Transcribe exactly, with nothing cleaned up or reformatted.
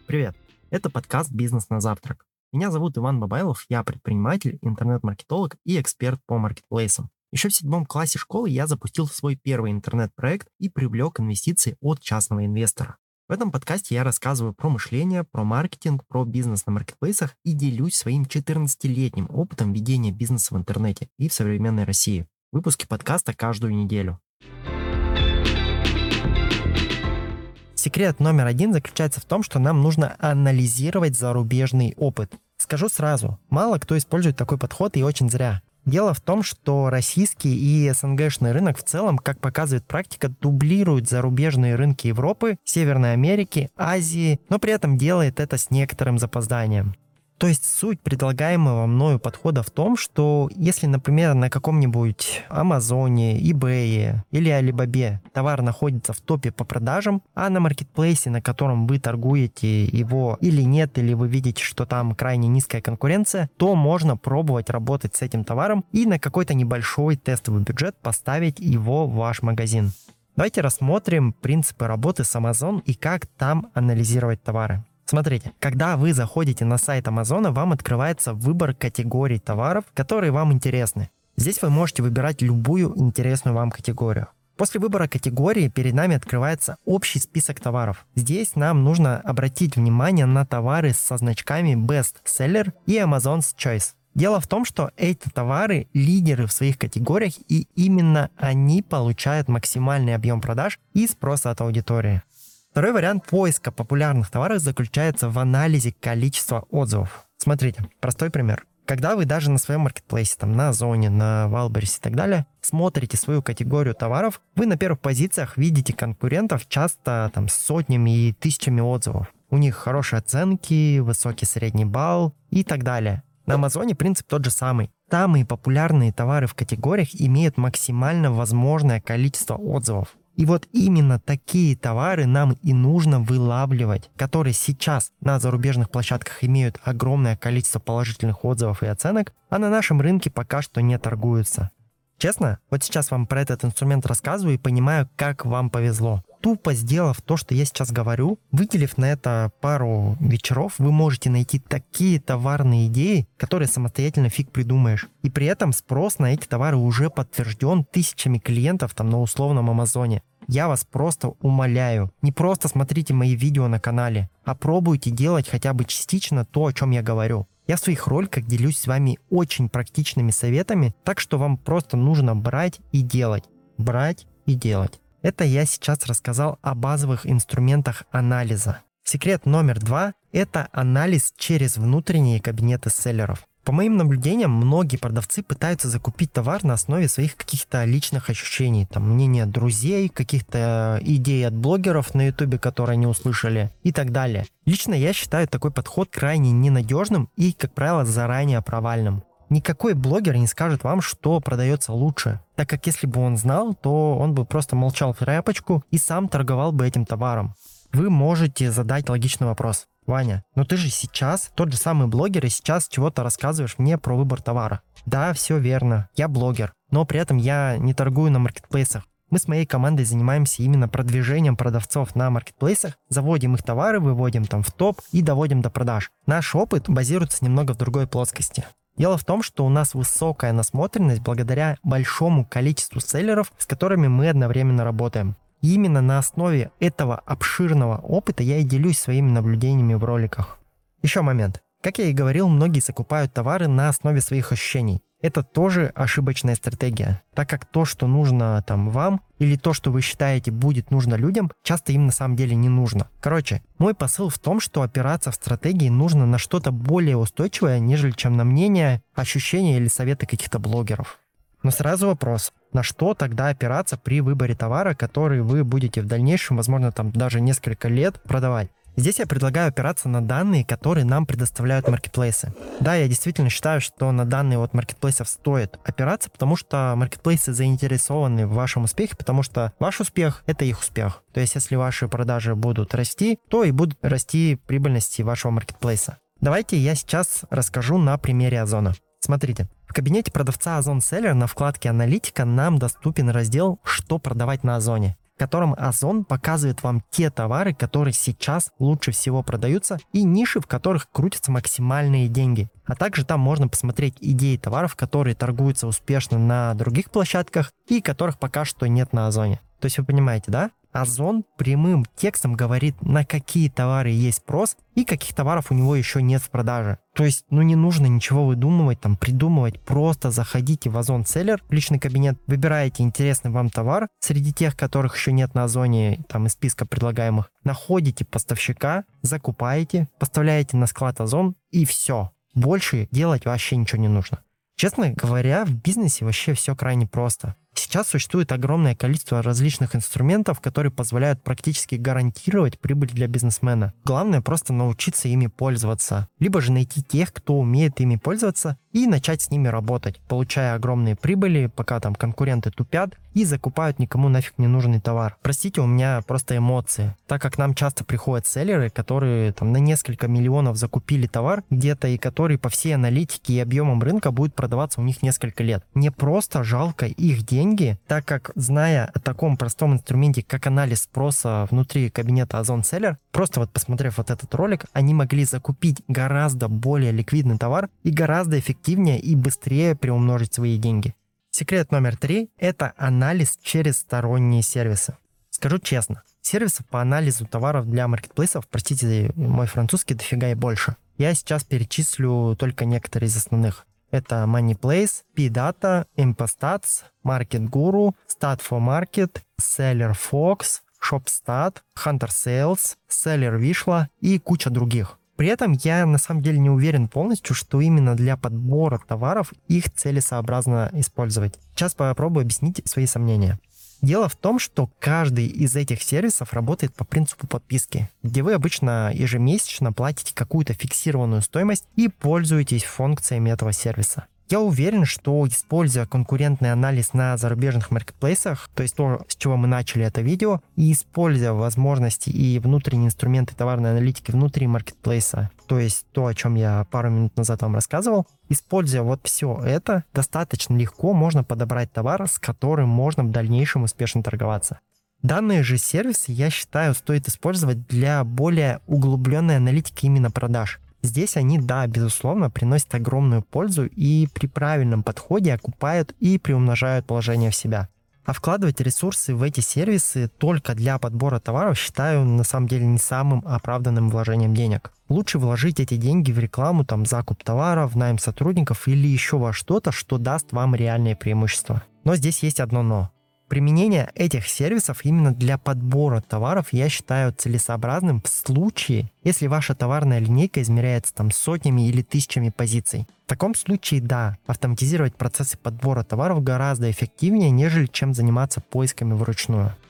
Привет! Это подкаст «Бизнес на завтрак». Меня зовут Иван Бабайлов, я предприниматель, интернет-маркетолог и эксперт по маркетплейсам. Еще в седьмом классе школы я запустил свой первый интернет-проект и привлек инвестиции от частного инвестора. В этом подкасте я рассказываю про мышление, про маркетинг, про бизнес на маркетплейсах и делюсь своим четырнадцатилетним опытом ведения бизнеса в интернете и в современной России. Выпуски подкаста каждую неделю. Секрет номер один заключается в том, что нам нужно анализировать зарубежный опыт. Скажу сразу, мало кто использует такой подход и очень зря. Дело в том, что российский и СНГшный рынок в целом, как показывает практика, дублирует зарубежные рынки Европы, Северной Америки, Азии, но при этом делает это с некоторым запозданием. То есть суть предлагаемого мною подхода в том, что если, например, на каком-нибудь Амазоне, eBay или Алибабе товар находится в топе по продажам, а на маркетплейсе, на котором вы торгуете его или нет, или вы видите, что там крайне низкая конкуренция, то можно пробовать работать с этим товаром и на какой-то небольшой тестовый бюджет поставить его в ваш магазин. Давайте рассмотрим принципы работы с Amazon и как там анализировать товары. Смотрите, когда вы заходите на сайт Амазона, вам открывается выбор категорий товаров, которые вам интересны. Здесь вы можете выбирать любую интересную вам категорию. После выбора категории перед нами открывается общий список товаров. Здесь нам нужно обратить внимание на товары со значками Best Seller и Amazon's Choice. Дело в том, что эти товары лидеры в своих категориях, и именно они получают максимальный объем продаж и спроса от аудитории. Второй вариант поиска популярных товаров заключается в анализе количества отзывов. Смотрите, простой пример. Когда вы даже на своем маркетплейсе, там, на Озоне, на Wildberries и так далее, смотрите свою категорию товаров, вы на первых позициях видите конкурентов часто там, с сотнями и тысячами отзывов. У них хорошие оценки, высокий средний балл и так далее. На Амазоне принцип тот же самый. Самые популярные товары в категориях имеют максимально возможное количество отзывов. И вот именно такие товары нам и нужно вылавливать, которые сейчас на зарубежных площадках имеют огромное количество положительных отзывов и оценок, а на нашем рынке пока что не торгуются. Честно, вот сейчас вам про этот инструмент рассказываю и понимаю, как вам повезло. Тупо сделав то, что я сейчас говорю, выделив на это пару вечеров, вы можете найти такие товарные идеи, которые самостоятельно фиг придумаешь. И при этом спрос на эти товары уже подтвержден тысячами клиентов там на условном Амазоне. Я вас просто умоляю, не просто смотрите мои видео на канале, а пробуйте делать хотя бы частично то, о чем я говорю. Я в своих роликах делюсь с вами очень практичными советами, так что вам просто нужно брать и делать. Брать и делать. Это я сейчас рассказал о базовых инструментах анализа. Секрет номер два – это анализ через внутренние кабинеты селлеров. По моим наблюдениям, многие продавцы пытаются закупить товар на основе своих каких-то личных ощущений, там, мнения друзей, каких-то идей от блогеров на ютубе, которые они услышали и так далее. Лично я считаю такой подход крайне ненадежным и, как правило, заранее провальным. Никакой блогер не скажет вам, что продается лучше, так как если бы он знал, то он бы просто молчал в тряпочку и сам торговал бы этим товаром. Вы можете задать логичный вопрос. Ваня, но ты же сейчас тот же самый блогер и сейчас чего-то рассказываешь мне про выбор товара. Да, все верно, я блогер, но при этом я не торгую на маркетплейсах. Мы с моей командой занимаемся именно продвижением продавцов на маркетплейсах, заводим их товары, выводим там в топ и доводим до продаж. Наш опыт базируется немного в другой плоскости. Дело в том, что у нас высокая насмотренность благодаря большому количеству селлеров, с которыми мы одновременно работаем. И именно на основе этого обширного опыта я и делюсь своими наблюдениями в роликах. Еще момент. Как я и говорил, многие закупают товары на основе своих ощущений. Это тоже ошибочная стратегия, так как то, что нужно там вам, или то, что вы считаете будет нужно людям, часто им на самом деле не нужно. Короче, мой посыл в том, что опираться в стратегии нужно на что-то более устойчивое, нежели чем на мнение, ощущения или советы каких-то блогеров. Но сразу вопрос, на что тогда опираться при выборе товара, который вы будете в дальнейшем, возможно, там даже несколько лет продавать? Здесь я предлагаю опираться на данные, которые нам предоставляют маркетплейсы. Да, я действительно считаю, что на данные от маркетплейсов стоит опираться, потому что маркетплейсы заинтересованы в вашем успехе, потому что ваш успех – это их успех. То есть, если ваши продажи будут расти, то и будут расти прибыльности вашего маркетплейса. Давайте я сейчас расскажу на примере Озона. Смотрите, в кабинете продавца Озон Seller на вкладке «Аналитика» нам доступен раздел «Что продавать на Озоне». в котором Озон показывает вам те товары, которые сейчас лучше всего продаются, и ниши, в которых крутятся максимальные деньги. А также там можно посмотреть идеи товаров, которые торгуются успешно на других площадках и которых пока что нет на Озоне. То есть вы понимаете, да? Озон прямым текстом говорит, на какие товары есть спрос и каких товаров у него еще нет в продаже. То есть, ну не нужно ничего выдумывать, там, придумывать, просто заходите в Озон Селлер, в личный кабинет, выбираете интересный вам товар среди тех, которых еще нет на Озоне, там, из списка предлагаемых, находите поставщика, закупаете, поставляете на склад Озон и все. Больше делать вообще ничего не нужно. Честно говоря, в бизнесе вообще все крайне просто. Сейчас существует огромное количество различных инструментов, которые позволяют практически гарантировать прибыль для бизнесмена. Главное просто научиться ими пользоваться, либо же найти тех, кто умеет ими пользоваться, и начать с ними работать, получая огромные прибыли, пока там конкуренты тупят и закупают никому нафиг не нужный товар. Простите, у меня просто эмоции, так как нам часто приходят селлеры, которые там на несколько миллионов закупили товар где-то и который по всей аналитике и объемам рынка будет продаваться у них несколько лет. Мне просто жалко их деньги, так как, зная о таком простом инструменте, как анализ спроса внутри кабинета Озон Селлер, просто вот посмотрев вот этот ролик, они могли закупить гораздо более ликвидный товар и гораздо эффективнее и быстрее приумножить свои деньги. Секрет номер три – это анализ через сторонние сервисы. Скажу честно, сервисов по анализу товаров для маркетплейсов, простите, мой французский дофига и больше. Я сейчас перечислю только некоторые из основных. Это Moneyplace, P-Data, Impastats, MarketGuru, Stat4Market, SellerFox, ShopStat, Hunter Sales, Seller Vishla и куча других. При этом я на самом деле не уверен полностью, что именно для подбора товаров их целесообразно использовать. Сейчас попробую объяснить свои сомнения. Дело в том, что каждый из этих сервисов работает по принципу подписки, где вы обычно ежемесячно платите какую-то фиксированную стоимость и пользуетесь функциями этого сервиса. Я уверен, что, используя конкурентный анализ на зарубежных маркетплейсах, то есть то, с чего мы начали это видео, и используя возможности и внутренние инструменты товарной аналитики внутри маркетплейса, то есть то, о чем я пару минут назад вам рассказывал, используя вот все это, достаточно легко можно подобрать товар, с которым можно в дальнейшем успешно торговаться. Данные же сервисы, я считаю, стоит использовать для более углубленной аналитики именно продаж. Здесь они, да, безусловно, приносят огромную пользу и при правильном подходе окупают и приумножают положение в себя. А вкладывать ресурсы в эти сервисы только для подбора товаров считаю на самом деле не самым оправданным вложением денег. Лучше вложить эти деньги в рекламу, там, закуп товаров, найм сотрудников или еще во что-то, что даст вам реальные преимущества. Но здесь есть одно но. Применение этих сервисов именно для подбора товаров я считаю целесообразным в случае, если ваша товарная линейка измеряется там сотнями или тысячами позиций. В таком случае, да, автоматизировать процессы подбора товаров гораздо эффективнее, нежели чем заниматься поисками вручную.